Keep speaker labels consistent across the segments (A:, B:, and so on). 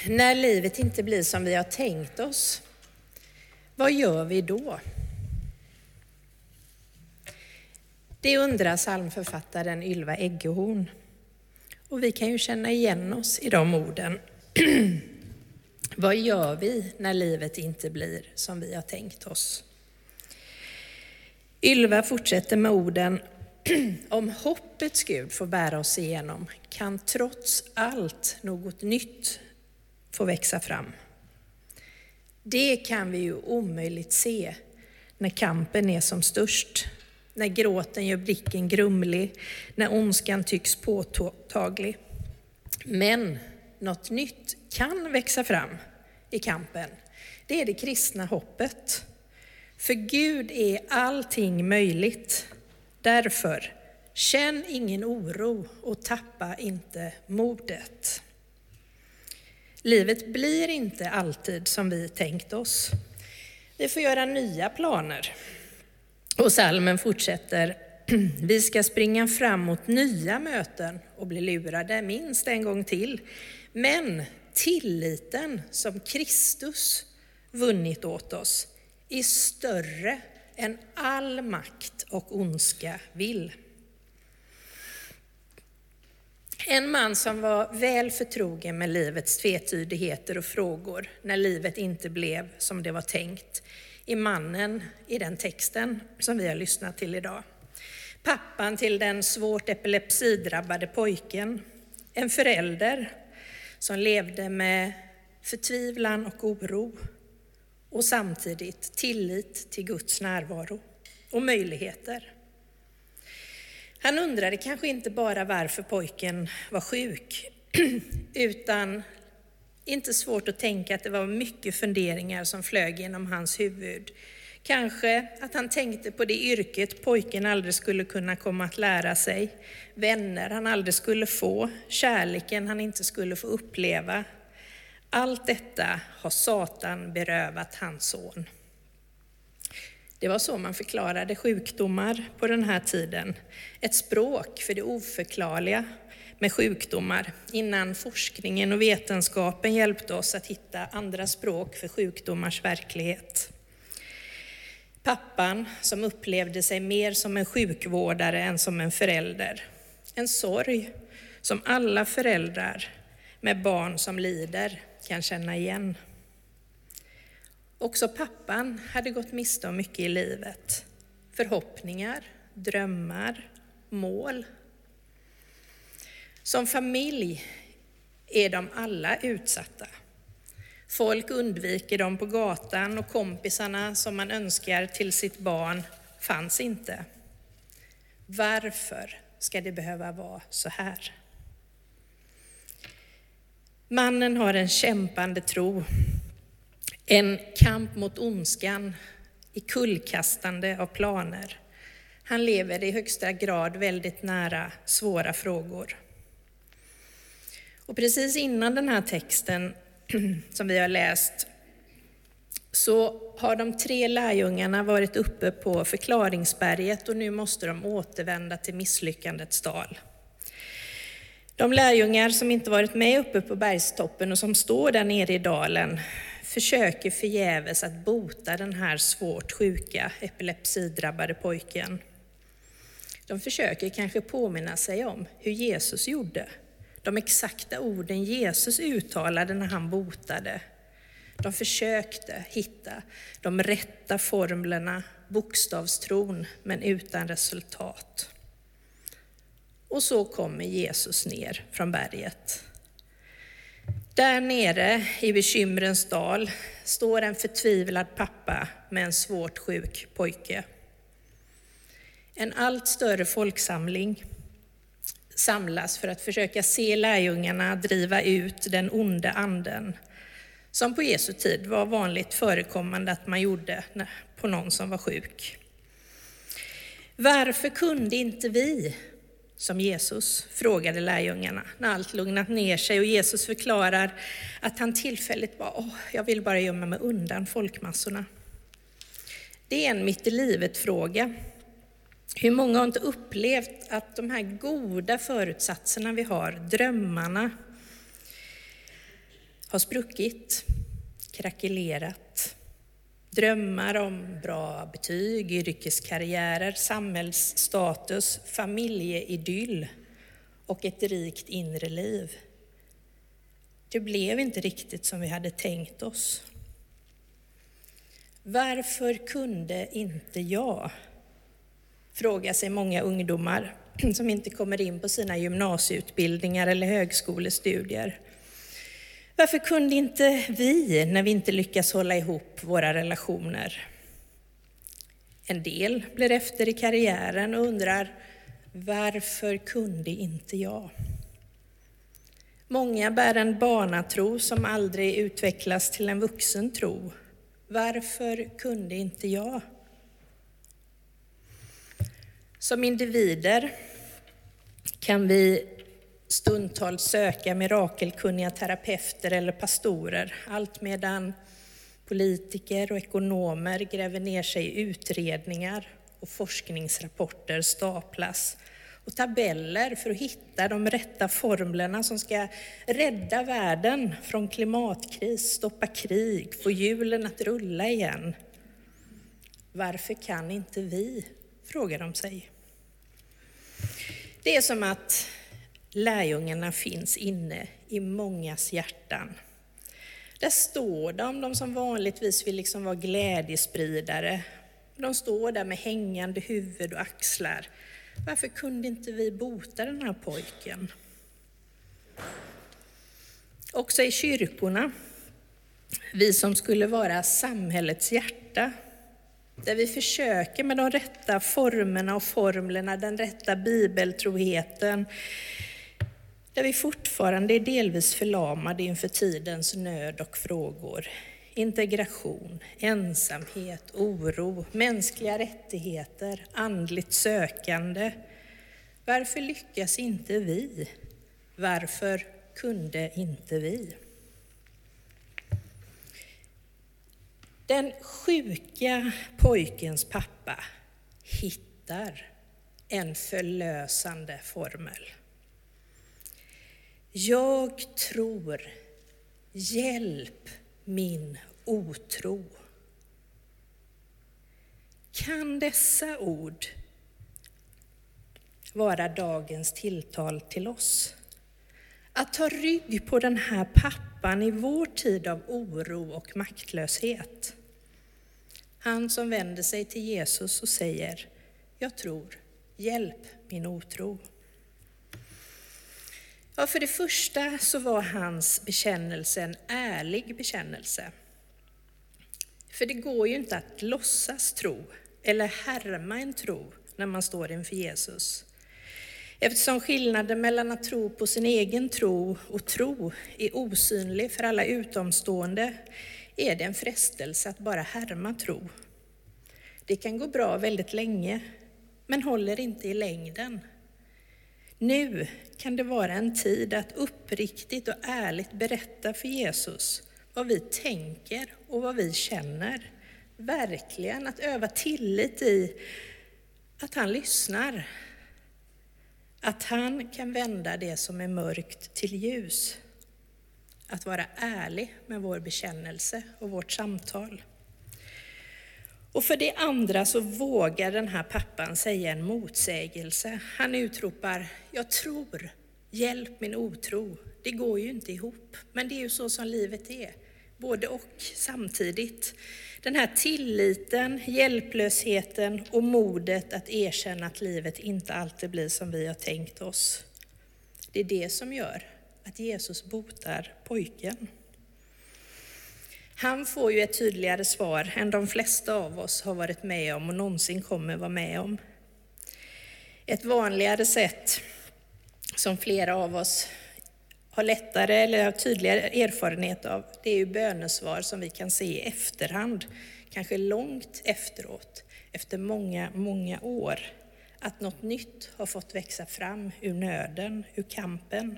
A: När livet inte blir som vi har tänkt oss, vad gör vi då? Det undrar psalmförfattaren Ylva Eggehorn. Och vi kan ju känna igen oss i de orden. Vad gör vi när livet inte blir som vi har tänkt oss? Ylva fortsätter med orden: om hoppets Gud får bära oss igenom kan trots allt något nytt få växa fram. Det kan vi ju omöjligt se när kampen är som störst, när gråten gör blicken grumlig, när ondskan tycks påtaglig. Men något nytt kan växa fram i kampen. Det är det kristna hoppet. För Gud är allting möjligt. Därför, känn ingen oro och tappa inte modet. Livet blir inte alltid som vi tänkt oss. Vi får göra nya planer. Och psalmen fortsätter: vi ska springa fram mot nya möten och bli lurade minst en gång till. Men tilliten som Kristus vunnit åt oss är större än all makt och ondska vill. En man som var väl förtrogen med livets tvetydigheter och frågor när livet inte blev som det var tänkt är mannen i den texten som vi har lyssnat till idag. Pappan till den svårt epilepsidrabbade pojken. En förälder som levde med förtvivlan och oro och samtidigt tillit till Guds närvaro och möjligheter. Han undrade kanske inte bara varför pojken var sjuk, utan inte svårt att tänka att det var mycket funderingar som flög genom hans huvud. Kanske att han tänkte på det yrket pojken aldrig skulle kunna komma att lära sig, vänner han aldrig skulle få, kärleken han inte skulle få uppleva. Allt detta har Satan berövat hans son. Det var så man förklarade sjukdomar på den här tiden. Ett språk för det oförklarliga med sjukdomar, innan forskningen och vetenskapen hjälpte oss att hitta andra språk för sjukdomars verklighet. Pappan som upplevde sig mer som en sjukvårdare än som en förälder. En sorg som alla föräldrar med barn som lider kan känna igen. Också pappan hade gått miste om mycket i livet. Förhoppningar, drömmar, mål. Som familj är de alla utsatta. Folk undviker dem på gatan och kompisarna som man önskar till sitt barn fanns inte. Varför ska det behöva vara så här? Mannen har en kämpande tro, en kamp mot ondskan, i kullkastande av planer. Han lever i högsta grad väldigt nära svåra frågor. Och precis innan den här texten som vi har läst så har de 3 lärjungarna varit uppe på förklaringsberget och nu måste de återvända till misslyckandets dal. De lärjungar som inte varit med uppe på bergstoppen och som står där nere i dalen försöker förgäves att bota den här svårt sjuka epilepsidrabbade pojken. De försöker kanske påminna sig om hur Jesus gjorde. De exakta orden Jesus uttalade när han botade. De försökte hitta de rätta formlerna, bokstavstron, men utan resultat. Och så kommer Jesus ner från berget. Där nere i bekymrens dal står en förtvivlad pappa med en svårt sjuk pojke. En allt större folksamling samlas för att försöka se lärjungarna driva ut den onde anden, som på Jesu tid var vanligt förekommande att man gjorde på någon som var sjuk. Varför kunde inte vi som Jesus, frågade lärjungarna när allt lugnat ner sig och Jesus förklarar att han tillfälligt jag vill bara gömma mig undan folkmassorna. Det är en mitt i livet fråga. Hur många har inte upplevt att de här goda förutsatserna vi har, drömmarna, har spruckit, krackelerat. Drömmar om bra betyg, yrkeskarriärer, samhällsstatus, familjeidyll och ett rikt inre liv. Det blev inte riktigt som vi hade tänkt oss. Varför kunde inte jag? Frågar sig många ungdomar som inte kommer in på sina gymnasieutbildningar eller högskolestudier. Varför kunde inte vi när vi inte lyckas hålla ihop våra relationer? En del blir efter i karriären och undrar, varför kunde inte jag? Många bär en barnatro som aldrig utvecklas till en vuxen tro. Varför kunde inte jag? Som individer kan vi stundtals söka mirakelkunniga terapeuter eller pastorer, allt medan politiker och ekonomer gräver ner sig i utredningar och forskningsrapporter staplas och tabeller för att hitta de rätta formlerna som ska rädda världen från klimatkris, stoppa krig, få hjulen att rulla igen. Varför kan inte vi? Frågar de sig. Det är som att lärjungarna finns inne i mångas hjärtan. Där står de som vanligtvis vill liksom vara glädjespridare. De står där med hängande huvud och axlar. Varför kunde inte vi bota den här pojken? Också i kyrkorna, vi som skulle vara samhällets hjärta, där vi försöker med de rätta formerna och formlerna, den rätta bibeltroheten, där vi fortfarande är delvis förlamade inför tidens nöd och frågor. Integration, ensamhet, oro, mänskliga rättigheter, andligt sökande. Varför lyckas inte vi? Varför kunde inte vi? Den sjuka pojkens pappa hittar en förlösande formel. Jag tror, hjälp min otro. Kan dessa ord vara dagens tilltal till oss? Att ta rygg på den här pappan i vår tid av oro och maktlöshet. Han som vänder sig till Jesus och säger, jag tror, hjälp min otro. Ja, för det första så var hans bekännelse en ärlig bekännelse. För det går ju inte att låtsas tro eller härma en tro när man står inför Jesus. Eftersom skillnaden mellan att tro på sin egen tro och tro är osynlig för alla utomstående är det en frestelse att bara härma tro. Det kan gå bra väldigt länge, men håller inte i längden. Nu kan det vara en tid att uppriktigt och ärligt berätta för Jesus vad vi tänker och vad vi känner. Verkligen att öva tillit i att han lyssnar. Att han kan vända det som är mörkt till ljus. Att vara ärlig med vår bekännelse och vårt samtal. Och för det andra så vågar den här pappan säga en motsägelse. Han utropar, jag tror, hjälp min otro. Det går ju inte ihop, men det är ju så som livet är. Både och samtidigt. Den här tilliten, hjälplösheten och modet att erkänna att livet inte alltid blir som vi har tänkt oss. Det är det som gör att Jesus botar pojken. Han får ju ett tydligare svar än de flesta av oss har varit med om och någonsin kommer vara med om. Ett vanligare sätt som flera av oss har lättare eller har tydligare erfarenhet av, det är ju bönesvar som vi kan se i efterhand, kanske långt efteråt, efter många, många år. Att något nytt har fått växa fram ur nöden, ur kampen.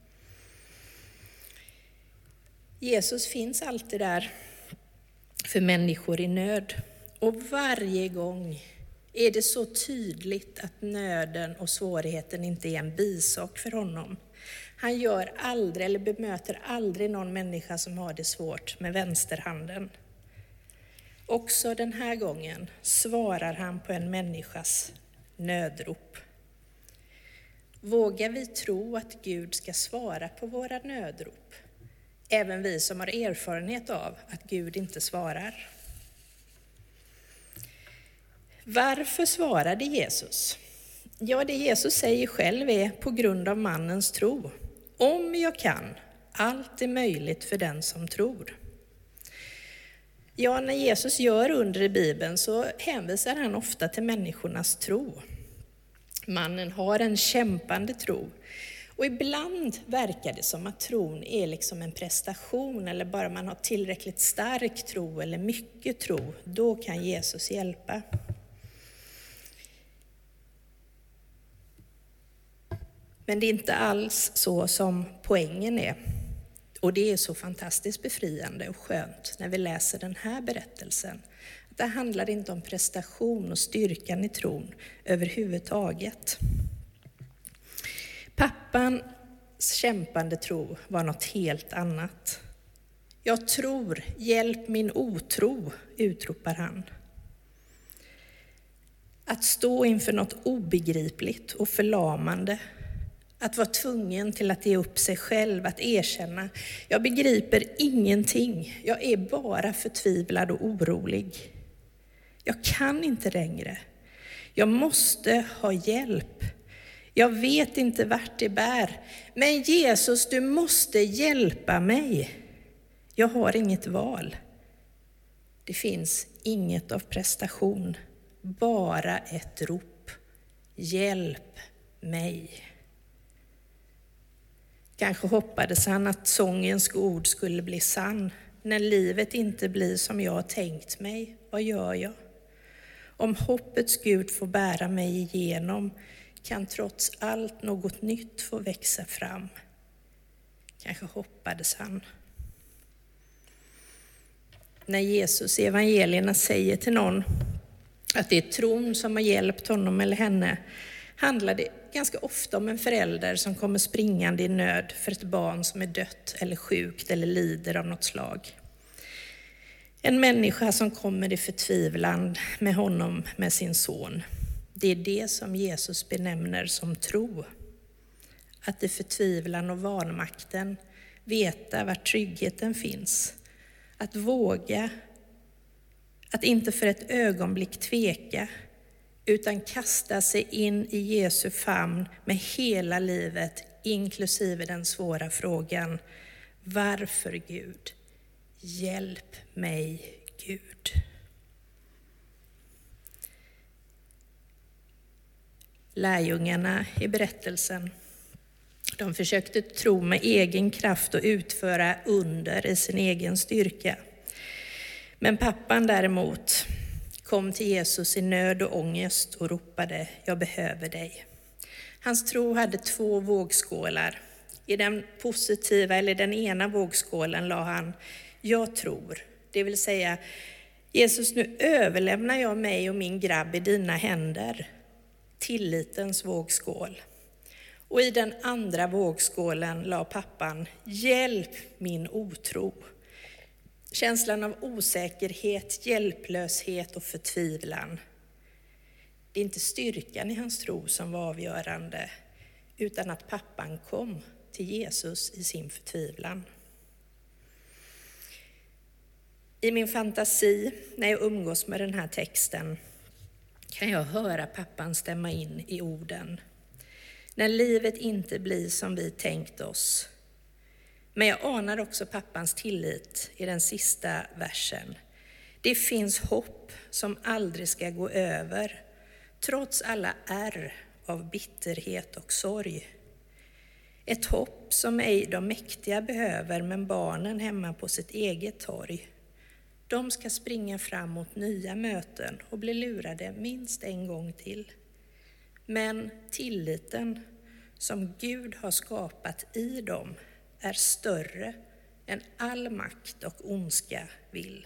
A: Jesus finns alltid där för människor i nöd. Och varje gång är det så tydligt att nöden och svårigheten inte är en bisak för honom. Han gör aldrig eller bemöter aldrig någon människa som har det svårt med vänsterhanden. Också den här gången svarar han på en människas nödrop. Vågar vi tro att Gud ska svara på våra nödrop? Även vi som har erfarenhet av att Gud inte svarar. Varför svarade Jesus? Ja, det Jesus säger själv är på grund av mannens tro. Om jag kan, allt är möjligt för den som tror. Ja, när Jesus gör under i Bibeln så hänvisar han ofta till människornas tro. Mannen har en kämpande tro. Och ibland verkar det som att tron är liksom en prestation, eller bara man har tillräckligt stark tro eller mycket tro, då kan Jesus hjälpa. Men det är inte alls så som poängen är. Och det är så fantastiskt befriande och skönt när vi läser den här berättelsen. Det handlar inte om prestation och styrkan i tron överhuvudtaget. Pappans kämpande tro var något helt annat. Jag tror, hjälp min otro, utropar han. Att stå inför något obegripligt och förlamande. Att vara tvungen till att ge upp sig själv, att erkänna, jag begriper ingenting, jag är bara förtvivlad och orolig. Jag kan inte längre, jag måste ha hjälp. Jag vet inte vart det bär, men Jesus, du måste hjälpa mig. Jag har inget val. Det finns inget av prestation, bara ett rop. Hjälp mig. Kanske hoppades han att sångens ord skulle bli sann. När livet inte blir som jag har tänkt mig, vad gör jag? Om hoppets Gud får bära mig igenom, kan trots allt något nytt få växa fram. Kanske hoppades han. När Jesus i evangelierna säger till någon att det är tron som har hjälpt honom eller henne, handlar det ganska ofta om en förälder som kommer springande i nöd för ett barn som är dött eller sjukt eller lider av något slag. En människa som kommer i förtvivlan med honom, med sin son. Det är det som Jesus benämner som tro. Att i förtvivlan och vanmakten veta var tryggheten finns. Att våga, att inte för ett ögonblick tveka, utan kasta sig in i Jesu famn med hela livet, inklusive den svåra frågan: varför Gud? Hjälp mig Gud. Lärjungarna i berättelsen, de försökte tro med egen kraft och utföra under i sin egen styrka. Men pappan däremot kom till Jesus i nöd och ångest och ropade: jag behöver dig. Hans tro hade 2 vågskålar. I den positiva, eller den ena vågskålen, la han: jag tror. Det vill säga, Jesus, nu överlämnar jag mig och min grabb i dina händer. Tillitens vågskål. Och i den andra vågskålen la pappan: hjälp min otro. Känslan av osäkerhet, hjälplöshet och förtvivlan. Det är inte styrkan i hans tro som var avgörande, utan att pappan kom till Jesus i sin förtvivlan. I min fantasi, när jag umgås med den här texten, kan jag höra pappan stämma in i orden. När livet inte blir som vi tänkt oss. Men jag anar också pappans tillit i den sista versen. Det finns hopp som aldrig ska gå över, trots alla ärr av bitterhet och sorg. Ett hopp som ej de mäktiga behöver, men barnen hemma på sitt eget torg. De ska springa fram mot nya möten och bli lurade minst en gång till. Men tilliten som Gud har skapat i dem är större än all makt och ondska vill.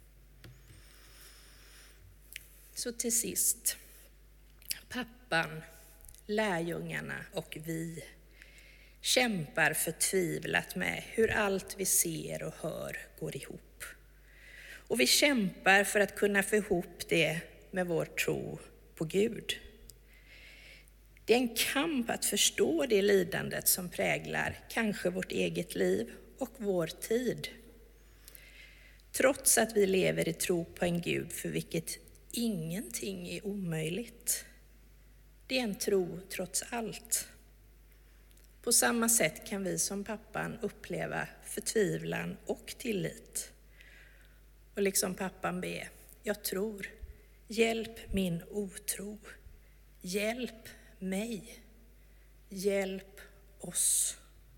A: Så till sist, pappan, lärjungarna och vi. kämpar förtvivlat med hur allt vi ser och hör går ihop. Och vi kämpar för att kunna få ihop det med vår tro på Gud. Det är en kamp att förstå det lidandet som präglar kanske vårt eget liv och vår tid. Trots att vi lever i tro på en Gud för vilket ingenting är omöjligt. Det är en tro trots allt. På samma sätt kan vi som pappan uppleva förtvivlan och tillit. Och liksom pappan be, jag tror, hjälp min otro, hjälp mig, hjälp oss.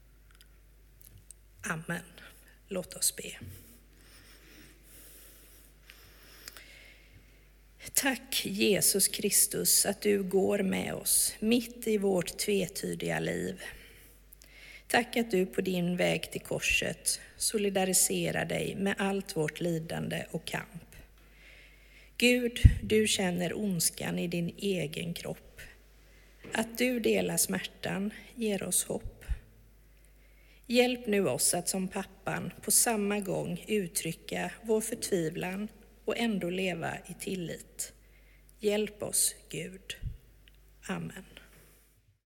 A: Amen. Låt oss be. Tack Jesus Kristus att du går med oss mitt i vårt tvetydiga liv. Tack att du på din väg till korset solidariserar dig med allt vårt lidande och kamp. Gud, du känner ondskan i din egen kropp. Att du delar smärtan ger oss hopp. Hjälp nu oss att som pappan på samma gång uttrycka vår förtvivlan och ändå leva i tillit. Hjälp oss, Gud. Amen.